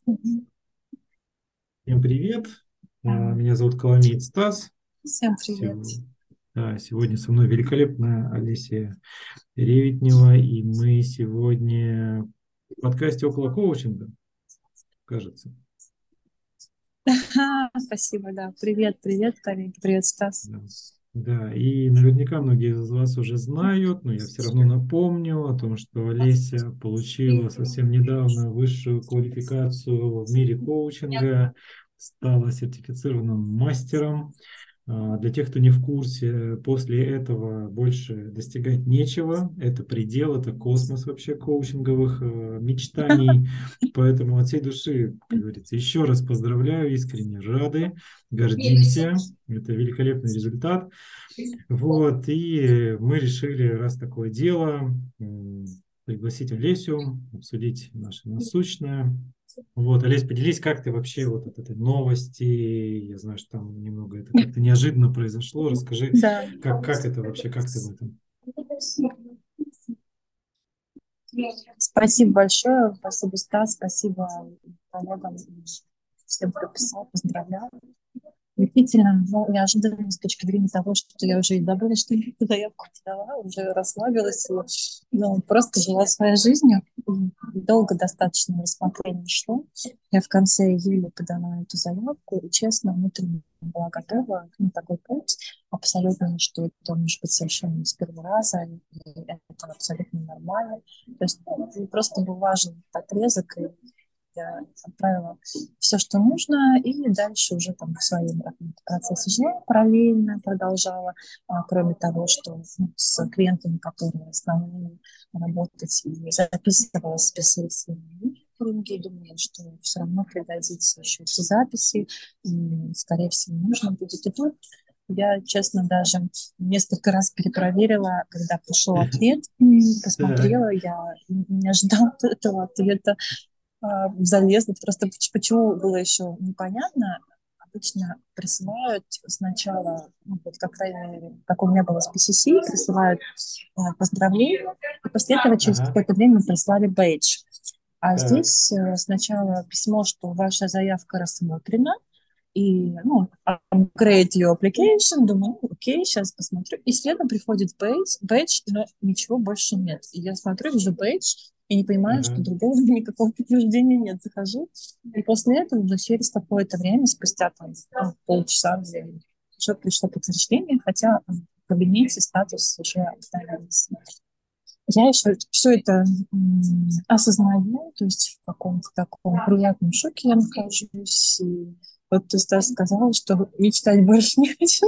Мгм. Всем привет. Да. Меня зовут Коломеец Стас. Всем привет. Сего- да, сегодня со мной великолепная Олеся Ревитнева, и мы сегодня в подкасте «Около коучинга», кажется. Спасибо, да. Привет, привет, коллеги. Привет, Стас. Да. Да, и наверняка многие из вас уже знают, но я все равно напомню о том, что Олеся получила совсем недавно высшую квалификацию в мире коучинга, стала сертифицированным мастером. Для тех, кто не в курсе, после этого больше достигать нечего. Это предел, это космос вообще коучинговых мечтаний. Поэтому от всей души, как говорится, еще раз поздравляю, искренне рады, гордимся. Это великолепный результат. Вот, и мы решили, раз такое дело, пригласить Олесю, обсудить наше насущное. Вот, Олесь, поделись, как ты вообще вот от этой новости, я знаю, что там немного это как-то неожиданно произошло, расскажи, Да. как это вообще, как ты в этом? Спасибо большое. Спасибо, Стас. Спасибо коллегам. Всем, кто писал. Поздравляю. Действительно, ну, неожиданно с точки зрения того, что я уже и забыла, что я эту заявку подала, уже расслабилась, и, ну, просто жила своей жизнью. И долго достаточно рассмотрение шло. Я в конце июля подала эту заявку, и, честно, внутренне была готова на такой путь. Абсолютно, что это может быть совершенно не с первого раза, и это абсолютно нормально. То есть ну, просто был важен этот отрезок, и я отправила все, что нужно, и дальше уже там в своем процессе жила, параллельно продолжала, кроме того, что ну, с клиентами, которые основные, работать и записывала списки своими тренинги, думала, что все равно пригодится еще эти записи, и, скорее всего, нужно будет. И тут я, честно, даже несколько раз перепроверила, когда пришел ответ, Так, посмотрела, я не ожидала этого ответа, залезла. Просто почему было еще непонятно. Обычно присылают сначала, ну, вот как, как у меня было с PCC, присылают поздравления, и после этого через ага, какое-то время прислали бейдж. А так, здесь сначала письмо, что ваша заявка рассмотрена, и, ну, upgrade your application, думаю, ну, окей, сейчас посмотрю. И следом приходит бейдж, но ничего больше нет. И я смотрю, вижу бейдж, и не понимаю, что ага, другого никакого подтверждения нет. Захожу, и после этого уже через какое-то время, спустя там ну, полчаса, уже пришло подтверждение, хотя в кабинете статус уже оставился. Я еще все это осознаю, то есть в каком-то таком приятном шоке я нахожусь. И вот ты, Стас, сказала, что мечтать больше не хочу.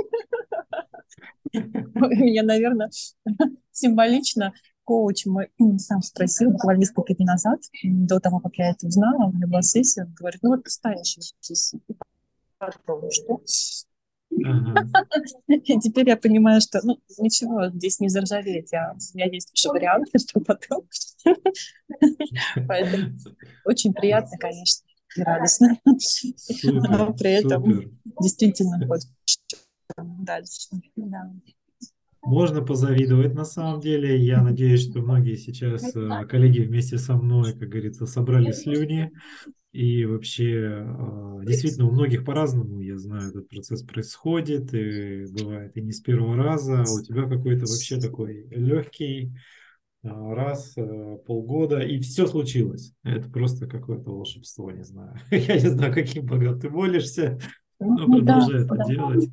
Меня, наверное, символично коуч мой сам спросил буквально несколько дней назад, до того, как я это узнала, у меня была сессия, он говорит, ну вот поставишь сессию, попробуй, что? ага. И теперь я понимаю, что ну, ничего здесь не заржавеет, у меня есть еще варианты, что потом. Поэтому очень приятно, конечно, и радостно. Супер, Но при этом супер. действительно хочется дальше. Да. Можно позавидовать на самом деле. Я надеюсь, что многие сейчас коллеги вместе со мной, как говорится, собрали слюни. И вообще, действительно, у многих по-разному, я знаю, этот процесс происходит, и бывает и не с первого раза, а у тебя какой-то вообще такой легкий, раз, полгода, и все случилось. Это просто какое-то волшебство, не знаю. Я не знаю, каким богом ты молишься, но Ну да, продолжай это да. делать.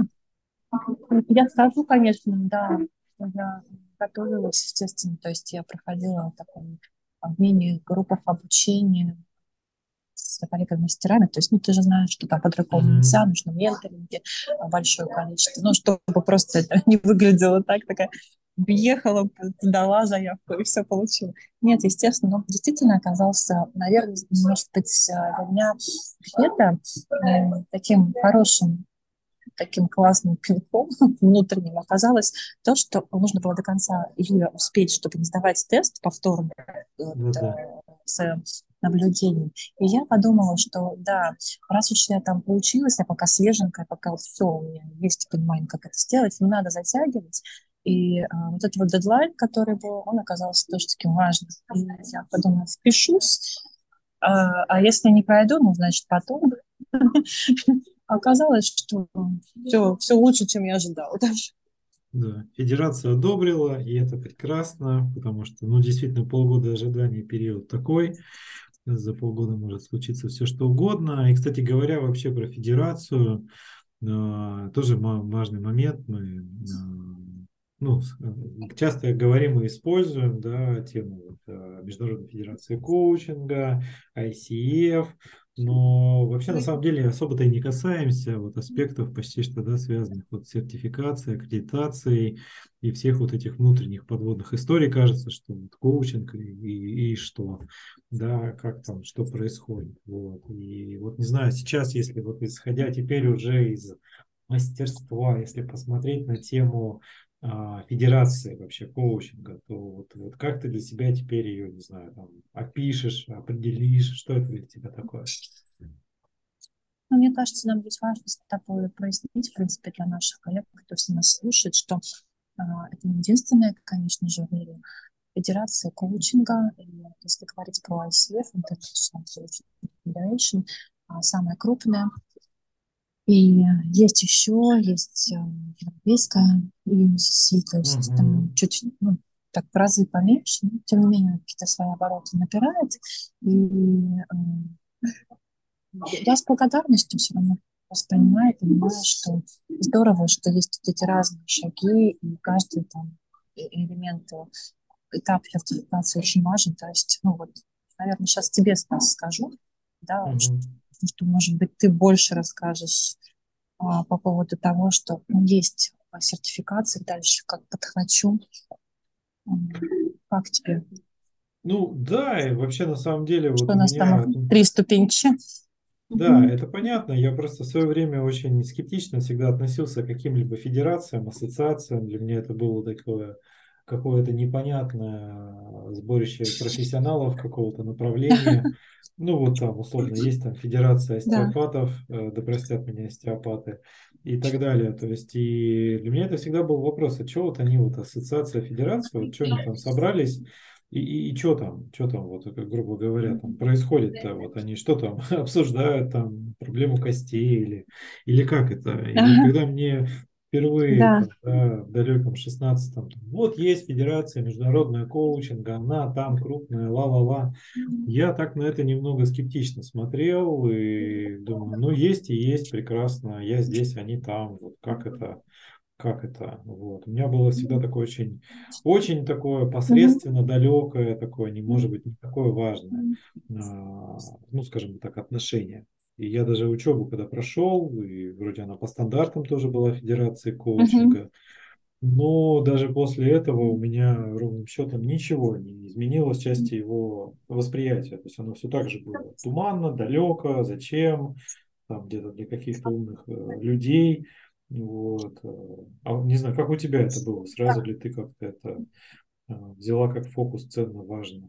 Я скажу, конечно, да, что я готовилась, естественно, то есть я проходила такой мини-группах обучения с коллегами-мастерами, то есть, ну, ты же знаешь, что там по-другому нельзя, Мгм. нужно менторинги, большое количество, ну, чтобы просто это не выглядело так, такая въехала, подала заявку и все получила. Нет, естественно, но действительно оказался, наверное, может быть, для меня это таким хорошим, таким классным пинком внутренним оказалось то, что нужно было до конца июля успеть, чтобы не сдавать тест повторно Ну да. с наблюдением. И я подумала, что да, раз уж я там получилась, я пока свеженькая, пока все, у меня есть понимание, как это сделать, не надо затягивать. И вот этот вот дедлайн, который был, он оказался тоже таким важным. И я подумала, впишусь, А если не пройду, ну, значит, потом. Оказалось, что все лучше, чем я ожидала. Да, федерация одобрила, и это прекрасно, потому что, ну, действительно, полгода ожидания, период такой, за полгода может случиться все, что угодно. И, кстати говоря, вообще про федерацию, тоже важный момент. Мы ну, часто говорим и используем, да, тему вот, Международной федерации коучинга, ICF, но вообще на самом деле особо-то и не касаемся вот аспектов почти что, да, связанных вот с сертификацией, аккредитацией и всех вот этих внутренних подводных историй. Кажется, что вот коучинг и что, да, как там, что происходит. Вот. И вот не знаю, сейчас, если вот исходя теперь уже из мастерства, если посмотреть на тему федерации вообще коучинга, то вот как ты для себя теперь ее, не знаю, там, опишешь, определишь, что это для тебя такое? Но мне кажется, нам здесь важно с тобой прояснить, в принципе, для наших коллег, кто все нас слушает, что это не единственная, конечно же, в мире федерация коучинга. И если говорить про ICF, International Coaching Federation, самая крупная. И есть еще, есть европейская UNCC, то есть там Мгм. чуть, ну, так в разы поменьше, но тем не менее какие-то свои обороты набирает. И я с благодарностью все равно воспринимаю, понимаю, что здорово, что есть вот эти разные шаги, и каждый там элемент, этап сертификации очень важен. То есть, ну вот, наверное, сейчас тебе, Стас, скажу, да, Мгм. что, может быть, ты больше расскажешь по поводу того, что есть сертификации дальше, как подхвачу. Как тебе? Ну да, и вообще на самом деле вот Что у у нас там меня. 3 ступенчики? Да, Мгм. это понятно. Я просто в свое время очень скептично всегда относился к каким-либо федерациям, ассоциациям. Для меня это было такое какое-то непонятное сборище профессионалов какого-то направления. Ну вот там условно есть там Федерация Да. остеопатов, да простят меня остеопаты и так далее. То есть и для меня это всегда был вопрос, а что вот они вот ассоциация, федерация, вот что они там собрались и что там, вот, грубо говоря, там происходит-то, вот они что там обсуждают, там, проблему костей или как это? И вот Ага. когда мне впервые, Да. там, да, в далеком 16-м, вот есть Федерация международная коучинга, она там крупная, ла-ла-ла, я так на это немного скептично смотрел и думаю, ну, есть и есть, прекрасно, я здесь, они там, вот как это? Как это? Вот. У меня было всегда такое очень такое Мгм. посредственно далекое, такое, не может быть, не такое важное, ну, скажем так, отношение. И я даже учебу, когда прошел, и вроде она по стандартам тоже была Федерации Мгм. коучинга, но даже после этого у меня ровным счетом ничего не изменилось в части его восприятия. То есть оно все так же было туманно, далеко, зачем, там где-то для каких-то умных людей. Вот. Не знаю, как у тебя это было? Сразу ли ты как-то это взяла как фокус ценно важно?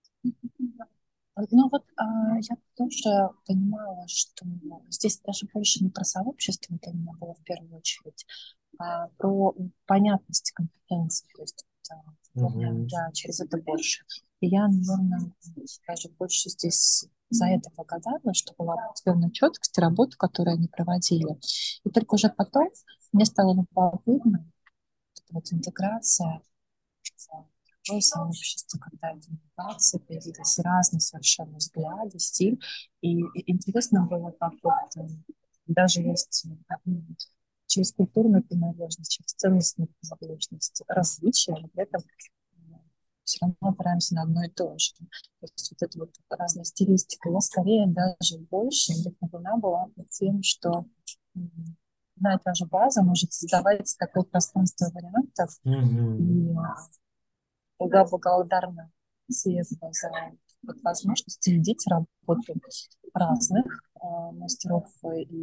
Ну вот я тоже понимала, что здесь даже больше не про сообщество для меня было в первую очередь, а про понятность компетенции. То есть для меня Мгм. я через это больше. И я, наверное, даже больше здесь за это благодарна, что была определенная четкость работы, которую они проводили. И только уже потом мне стало любопытно, вот интеграция такое сообщество, когда это инновации, появились разные совершенно взгляды, стиль. И интересно было, как вот, даже есть через культурную принадлежность, через ценностную принадлежность различия, но при этом все равно опираемся на одно и то же. То есть вот эта вот разная стилистика. Я скорее даже больше вдохновлена была тем, что одна и та же база может создавать такое пространство вариантов, и Мгм. благодарна Светло за вот возможность видеть работу разных мастеров и,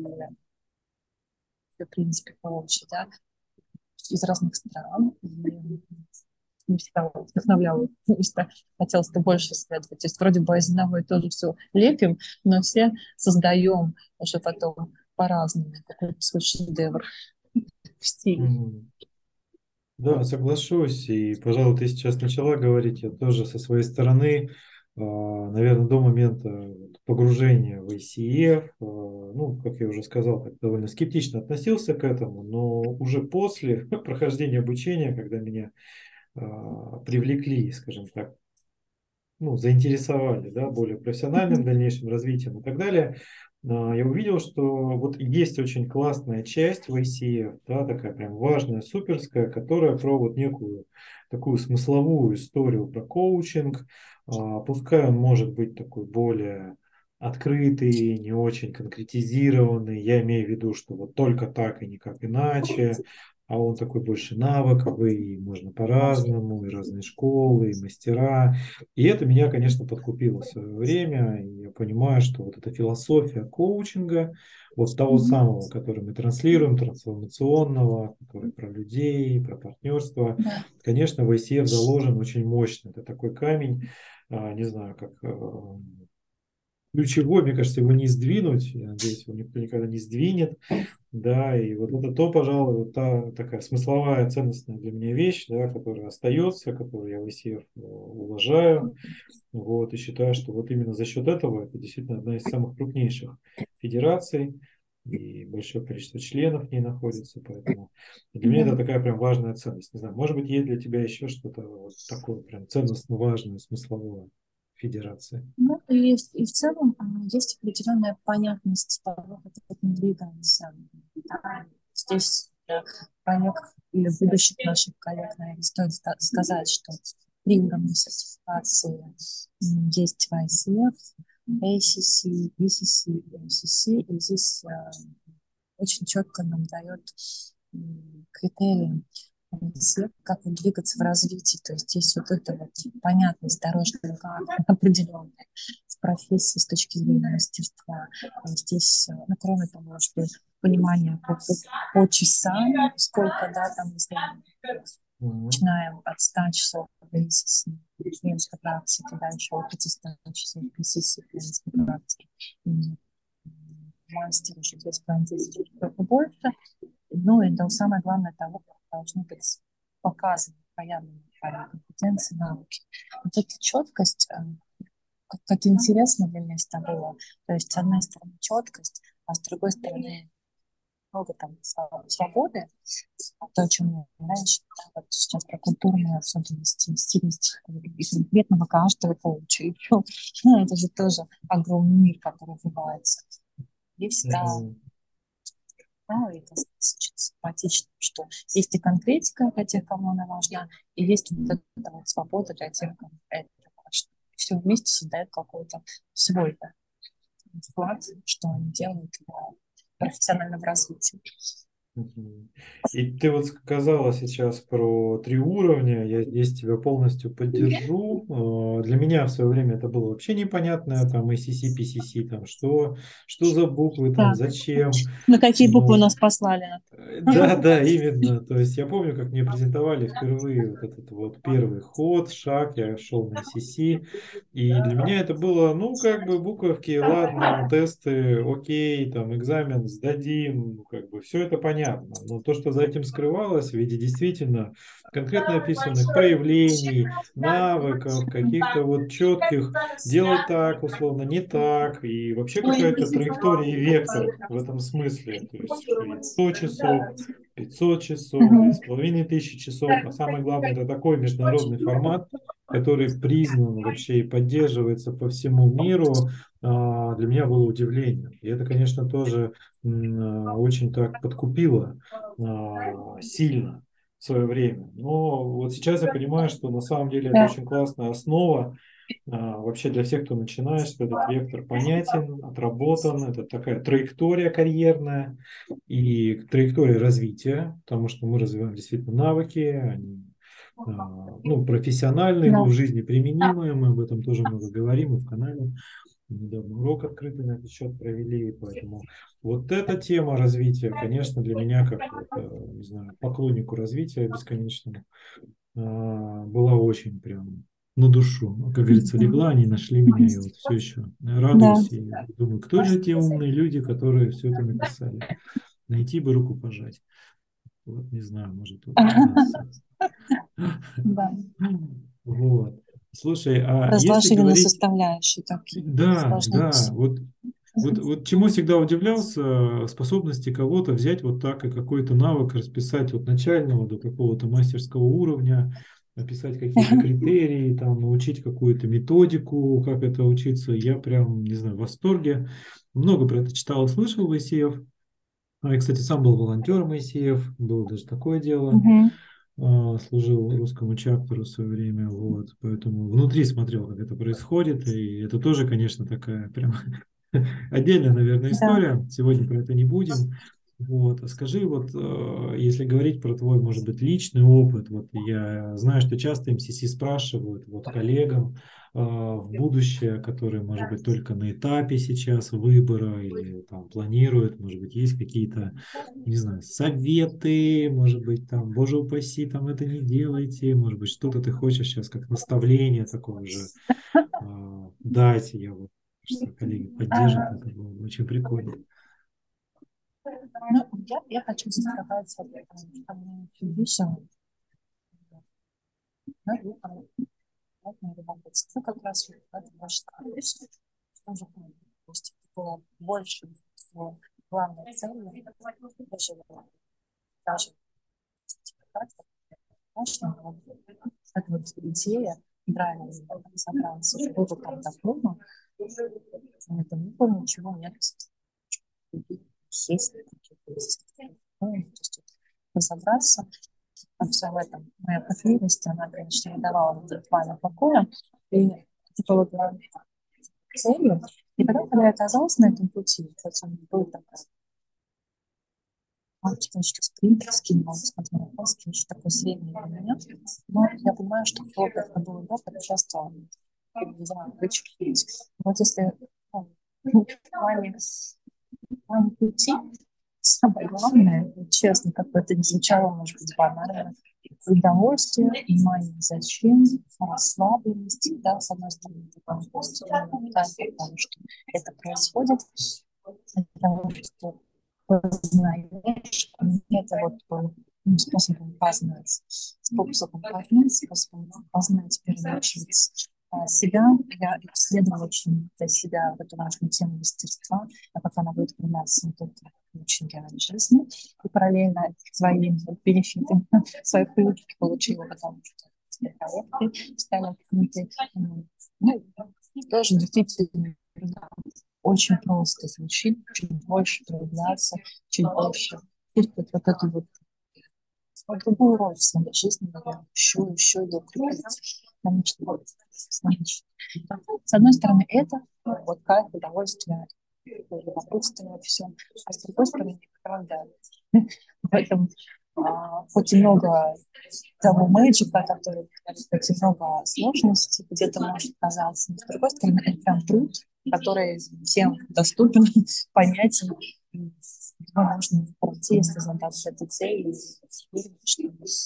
в принципе, коучей, да, из разных стран. И не всегда вдохновляло, потому что хотелось-то больше исследовать. То есть вроде бы из одного и тоже все лепим, но все создаем уже потом по-разному какой-то свой шедевр в стиле. Мгм. Да, соглашусь. И, пожалуй, ты сейчас начала говорить, я тоже со своей стороны наверное, до момента погружения в ICF, ну, как я уже сказал, так довольно скептично относился к этому, но уже после прохождения обучения, когда меня привлекли, скажем так, ну, заинтересовали, да, более профессиональным дальнейшим развитием и так далее, я увидел, что вот есть очень классная часть в ICF, да, такая прям важная, суперская, которая про вот некую такую смысловую историю про коучинг. Пускай он может быть такой более открытый, не очень конкретизированный. Я имею в виду, что вот только так и никак иначе, а он такой больше навыковый, и можно по-разному, и разные школы, и мастера. И это меня, конечно, подкупило в свое время. И я понимаю, что вот эта философия коучинга, вот того Мгм. самого, который мы транслируем, трансформационного, который про людей, про партнерство, Да. конечно, в ICF заложен очень мощно. Это такой камень, не знаю, как ключевой, мне кажется, его не сдвинуть. Я надеюсь, его никто никогда не сдвинет. Да, и вот это то, пожалуй, вот та такая смысловая, ценностная для меня вещь, да, которая остается, которую я в ICF уважаю. Вот, и считаю, что вот именно за счет этого это действительно одна из самых крупнейших федераций, и большое количество членов в ней находится, поэтому для меня Да. это такая прям важная ценность. Не знаю, может быть, есть для тебя еще что-то вот такое прям ценностно важное, смысловое в федерации? Ну, и в целом есть определенная понятность того, как это двигается. Да. Здесь коллег или будущих наших коллег, наверное, стоит сказать, что 3 уровня сертификации есть в ICF, ACC, BCC и MCC, и здесь очень четко нам дает критерии ICF, как вот двигаться в развитии. То есть есть вот эта вот понятность дорожного карты определенная в профессии с точки зрения мастерства. И здесь, ну, кроме того, что понимание по часам, сколько, да, там, если Мгм. начинаем от 100 часов месяца клиентской практики, дальше от 500 часов месяца клиентской практики. И мастер уже 2500 только больше. Ну и да, самое главное того, как должны быть показаны, проявлены твои компетенции, навыки. Вот эта четкость, как интересно для меня всегда было. То есть, с одной стороны, четкость, а с другой стороны, много там свободы, то, о чем я раньше, да, вот сейчас про культурные особенности, стильность и конкретного каждого коуча. И еще, ну, это же тоже огромный мир, который развивается. И всегда, Мгм. ну, и это очень симпатично, что есть и конкретика для тех, кому она важна, и есть вот эта вот свобода для тех, кому это важно. Все вместе создает какой-то свой, да, вклад, что они делают для профессионального развития. Мгм. И ты вот сказала сейчас про 3 уровня, я здесь тебя полностью поддержу. Для меня в свое время это было вообще непонятно, там ACC, PCC, там что за буквы, там Да. зачем. На какие буквы Ну, нас послали? да, да, именно. То есть я помню, как мне презентовали впервые вот этот вот первый ход, шаг, я шел на ACC, и для меня это было, ну, как бы буковки, ладно, тесты, окей, там, экзамен сдадим, ну, как бы все это понятно. Но то, что за этим скрывалось в виде действительно конкретно описанных проявлений, навыков, каких-то вот четких, делай так, условно, не так, и вообще какая-то траектория и вектор в этом смысле. То есть, что есть 100 часов, 500 часов, Мгм. 2500 часов, а самое главное, это такой международный формат, который признан вообще и поддерживается по всему миру, для меня было удивлением. И это, конечно, тоже очень так подкупило сильно в свое время. Но вот сейчас я понимаю, что на самом деле это Да. очень классная основа вообще для всех, кто начинает, что этот вектор понятен, отработан, это такая траектория карьерная и траектория развития, потому что мы развиваем действительно навыки, они ну, профессиональные, но Да. в жизни применимые, мы об этом тоже много говорим и в канале. Недавно урок открытый на этот счет провели, поэтому вот эта тема развития, конечно, для меня, как вот, не знаю, поклоннику развития бесконечному, была очень прям на душу. Ну, как говорится, Мгм. легла, они нашли меня, и вот все еще Да. радуюсь и думаю, кто же те умные люди, которые все это написали. Найти бы руку пожать. Вот, не знаю, может, удастся. Да. Вот. Слушай, а если Разложили на говорить, составляющие такие. да, да, Сложнее. вот чему всегда удивлялся, способности кого-то взять вот так и какой-то навык расписать от начального до какого-то мастерского уровня, описать какие-то критерии, там, научить какую-то методику, как это учиться. Я прям, не знаю, в восторге. Много про это читал и слышал в ICF. Я, кстати, сам был волонтером ICF, было даже такое дело. Мгм. Служил русскому чаптеру в свое время, вот, поэтому внутри смотрел, как это происходит, и это тоже, конечно, такая прям отдельная, наверное, Да. история. Сегодня про это не будем. Вот. А скажи, вот если говорить про твой, может быть, личный опыт, вот я знаю, что часто МСС спрашивают вот коллегам в будущее, которые, может быть, только на этапе сейчас выбора или там планируют, может быть, есть какие-то, не знаю, советы, может быть, там, боже упаси, там это не делайте, может быть, что-то ты хочешь сейчас как наставление такое уже дать, я вот, что коллеги поддержат, А, это было бы очень прикольно. ну, я хочу застраховаться от вещам. Да, и вот моя любопытство как раз вот это больше конечно, что же то есть было больше всего главной целью, даже важно, вот эта вот идея правильно собраться, что же там такого, это не было ничего нет. Есть, есть. Ну, то есть разобраться во всем этом. Моя потребность, она, конечно, не давала мне буквально покоя. И типа вот целью. И потом, когда я оказалась на этом пути, хоть он был такой, что спринтерский, но смотря на плоский, еще такой средний для меня. Но я понимаю, что вот это было, да, это часто, не знаю, вычеркнуть. Вот если в плане пути, самое главное, вот честно, как бы это ни звучало, может быть, банально, удовольствие, понимание, зачем, расслабленность, да, с одной стороны, такая позитивная мотивация, потому что это происходит, для того, что познаешь, это вот способом познать, способом познать, в первую очередь, себя. Я исследовала очень для себя вот эту важную тему мастерства, а как она будет применяться вот это очень реальной жизни. И параллельно свои вот бенефиты, свои привычки получила, потому что все проекты стали открыты. Ну, тоже действительно да, очень просто звучит, чуть больше проявляться, чуть больше чувствовать вот эту вот другую роль в своей жизни, наверное, еще и укреплять. Потому что вот, значит, с одной стороны, это вот кайф, удовольствие, любопытство, все. А с другой стороны, правда, поэтому хоть и много того мэджика, который, хоть и много сложностей где-то может казаться, но с другой стороны, это прям труд, который всем доступен, понятен, и его можно пройти, если задаться этой целью, и что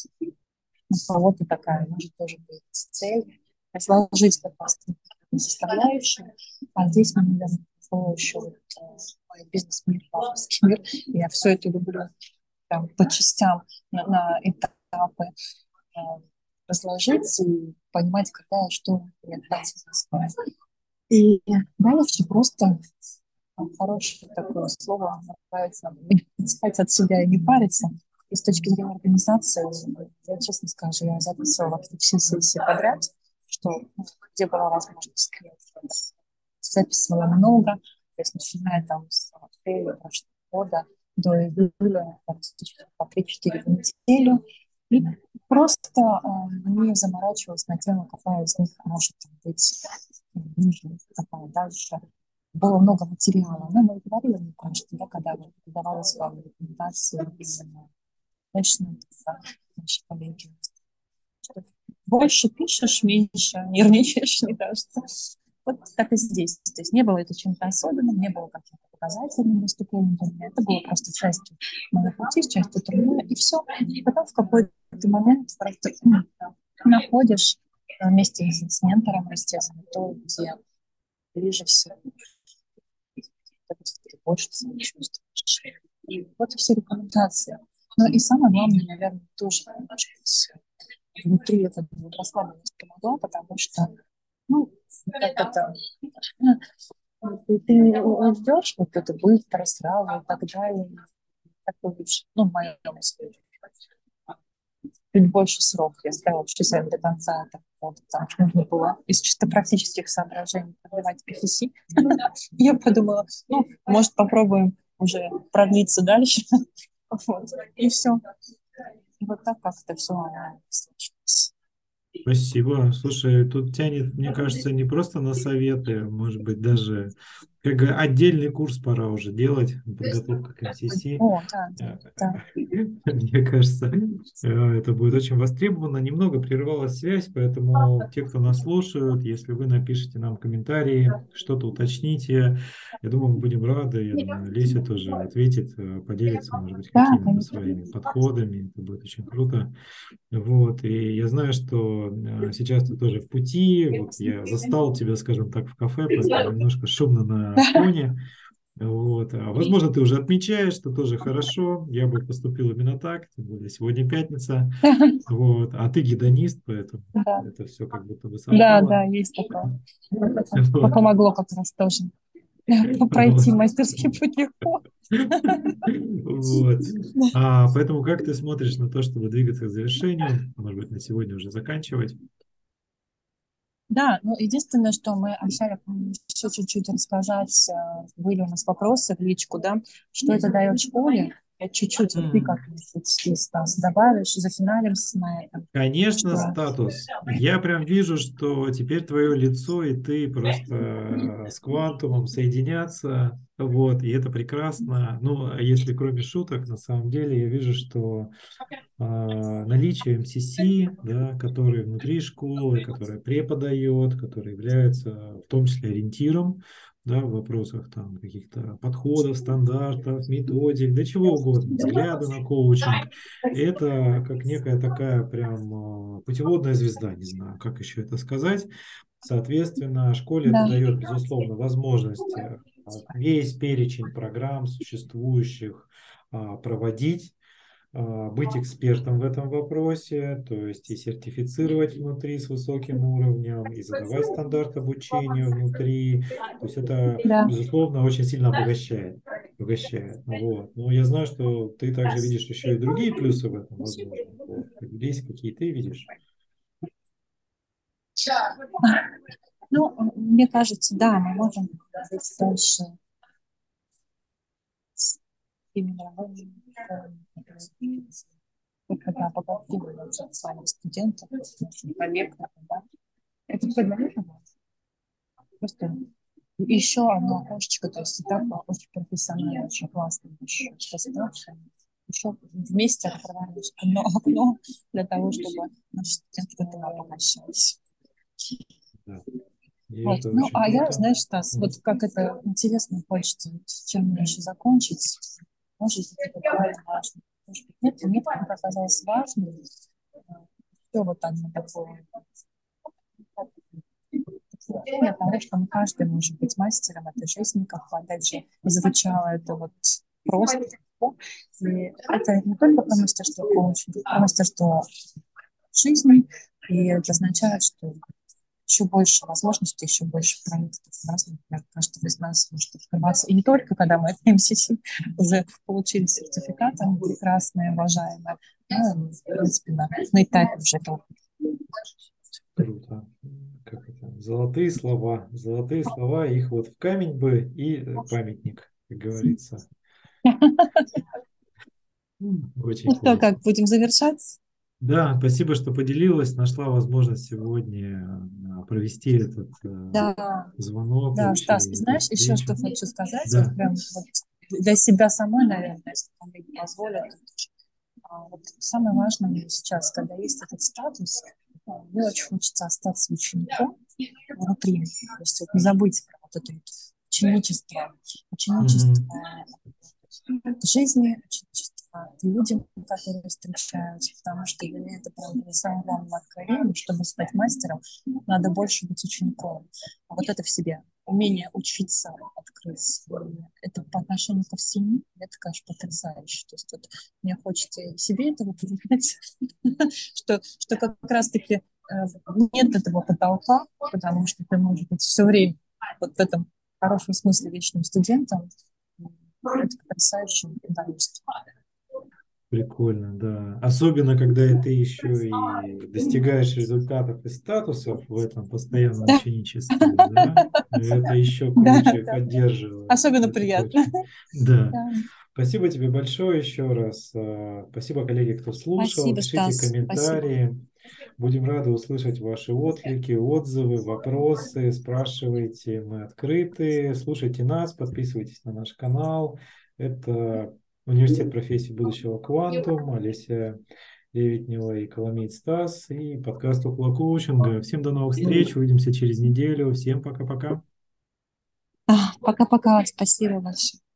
у кого-то такая может тоже быть цель, сложить как раз составляющие, а здесь мы, наверное, еще вот, мой бизнес-мир, папский мир, я все это люблю прям по частям на этапы э, разложить и понимать, какая что я хотела. И дальше просто хорошее такое слово называется «искать от себя и не париться». И с точки зрения организации, я честно скажу, я записывала все сессии подряд, что где была возможность, записывала много, то есть начиная там с апреля прошлого года до июля, практически по 3-4 в неделю, и просто не заморачивалась на тему, какая из них может быть ближе, какая дальше. Было много материала. Ну, мы говорили, мне кажется, да, когда вот давалась вам рекомендации именно точно, да, наши коллеги. Что больше пишешь, меньше нервничаешь, мне кажется. Вот так и здесь. То есть не было это чем-то особенным, не было каким-то показательным выступлением для меня. Это было просто частью моего пути, частью труда, и все. И потом в какой-то момент просто находишь вместе с ментором, естественно, то, где ближе всего, ты больше себя чувствуешь. И вот и все рекомендации. Ну и самое главное, наверное, тоже, может быть, внутри это расслабленность помогла, потому что, ну, как это, ты ждешь вот это быстро, сразу и так далее. Так лучше, ну, в моем случае. Чуть больше срок я ставила часами до конца этого года, потому что нужно было из чисто практических соображений продлевать PFC. Я подумала, ну, может, попробуем уже продлиться дальше. Вот. И все. И вот так как-то все случилось. Спасибо. Слушай, тут тянет, мне кажется, не просто на советы, может быть, даже как отдельный курс пора уже делать, подготовка к МСС. О, да, да, да. Мне кажется, это будет очень востребовано. Немного прервалась связь, поэтому те, кто нас слушают, если вы напишите нам комментарии, что-то уточните, я думаю, мы будем рады. Я думаю, Леся тоже ответит, поделится, может быть, Да, какими-то конечно. своими подходами. Это будет очень круто. Вот, и я знаю, что сейчас ты тоже в пути. Вот я застал тебя, скажем так, в кафе, поэтому немножко шумно на фоне. Вот. Возможно, ты уже отмечаешь, что тоже хорошо. Я бы поступил именно так, тем более сегодня пятница. Вот. А ты гедонист, поэтому Да, это все как будто бы да, да, совпало. есть такое. Вот. Помогло как раз тоже пройти мастерский путь легко. Вот. Поэтому как ты смотришь на то, чтобы двигаться к завершению? Может быть, на сегодня уже заканчивать? Да, ну единственное, что мы обещали еще чуть-чуть рассказать, были у нас вопросы в личку, да, что это дает школе, это чуть-чуть, вот ты М. как-нибудь здесь, Стас, добавишь, зафиналимся на этом, Конечно, что статус. Я прям вижу, что теперь твое лицо и ты просто с квантумом соединятся. Вот, и это прекрасно. Ну, а если кроме шуток, на самом деле я вижу, что наличие МСС, да, который внутри школы, который преподает, который является в том числе ориентиром, да, в вопросах там каких-то подходов, стандартов, методик, да чего угодно, взгляда на коучинг, это как некая такая прям путеводная звезда, не знаю, как еще это сказать. Соответственно, школе это да, дает, безусловно, возможность весь перечень программ существующих проводить, быть экспертом в этом вопросе, то есть и сертифицировать внутри с высоким уровнем, и задавать стандарт обучения внутри. То есть это, да. безусловно, очень сильно обогащает. Обогащает. Вот. Но я знаю, что ты также видишь еще и другие плюсы в этом, возможно. Вот. Есть какие ты видишь? Ну, мне кажется, да, мы можем быть дальше с именно мы когда поговорили уже с вами студентов, с нашими коллегами, да, это предлагаю просто еще одно окошечко, то есть и так очень профессионально, очень классно наш состав. Еще вместе открываем одно окно для того, чтобы наши студенты к этому обогащались. Да. И Вот. это Ну, очень а я, круто. знаешь, Стас, вот как это интересно хочется, вот чем мне еще закончить. Может быть, это правда важно. Может быть, нет, мне показалось важным все вот одно такое подтверждение того, что мы каждый может быть мастером этой жизни, как опять же изучала это вот просто легко. И это не только про мастерство коучинга, про мастерство жизни, и это означает, что еще больше возможностей, еще больше проектов разных для каждого из нас может открываться. И не только когда мы от МСС уже получили сертификаты, они прекрасные, уважаемые, но, в принципе, на этапе уже этого. Круто. Как это? Золотые слова, их вот в камень бы и памятник, как говорится. Ну Очень что, как, классно. будем завершать? Да, спасибо, что поделилась, нашла возможность сегодня провести этот Да, звонок да, вообще, Стас, и эту знаешь, еще встречу. что хочу сказать, вот Да, прям вот для себя самой, наверное, если коллеги позволят. Вот самое важное сейчас, когда есть этот статус, мне очень хочется остаться учеником внутри. То есть вот не забыть про вот это вот ученичество, ученичество мгм. жизни, ученичество людям, которые встречаются, потому что для меня это прям было самое главное откровение, чтобы стать мастером, надо больше быть учеником. А вот это в себе, умение учиться, открыть. Это по отношению ко всему, это, конечно, потрясающе. То есть вот мне хочется и себе этого передать, что как раз-таки нет этого потолка, потому что ты можешь быть все время вот в этом хорошем смысле вечным студентом. Это потрясающе удовольствие. Прикольно, да. Особенно, когда ты еще и достигаешь результатов и статусов в этом постоянном Да, ученичестве, да, это еще да, круче да. поддерживает. Особенно Это приятно. точно. Да. Да. Спасибо тебе большое еще раз. Спасибо, коллеги, кто слушал. Спасибо, Пишите Стас. Спасибо. комментарии. Будем рады услышать ваши отклики, отзывы, вопросы. Спрашивайте, мы открыты. Слушайте нас, подписывайтесь на наш канал. Это Университет профессий будущего «Квантум», Олеся Левитнева и Коломейц Стас, и подкаст «Около коучинга». Всем до новых встреч, увидимся через неделю. Всем пока-пока. Пока-пока. Спасибо большое.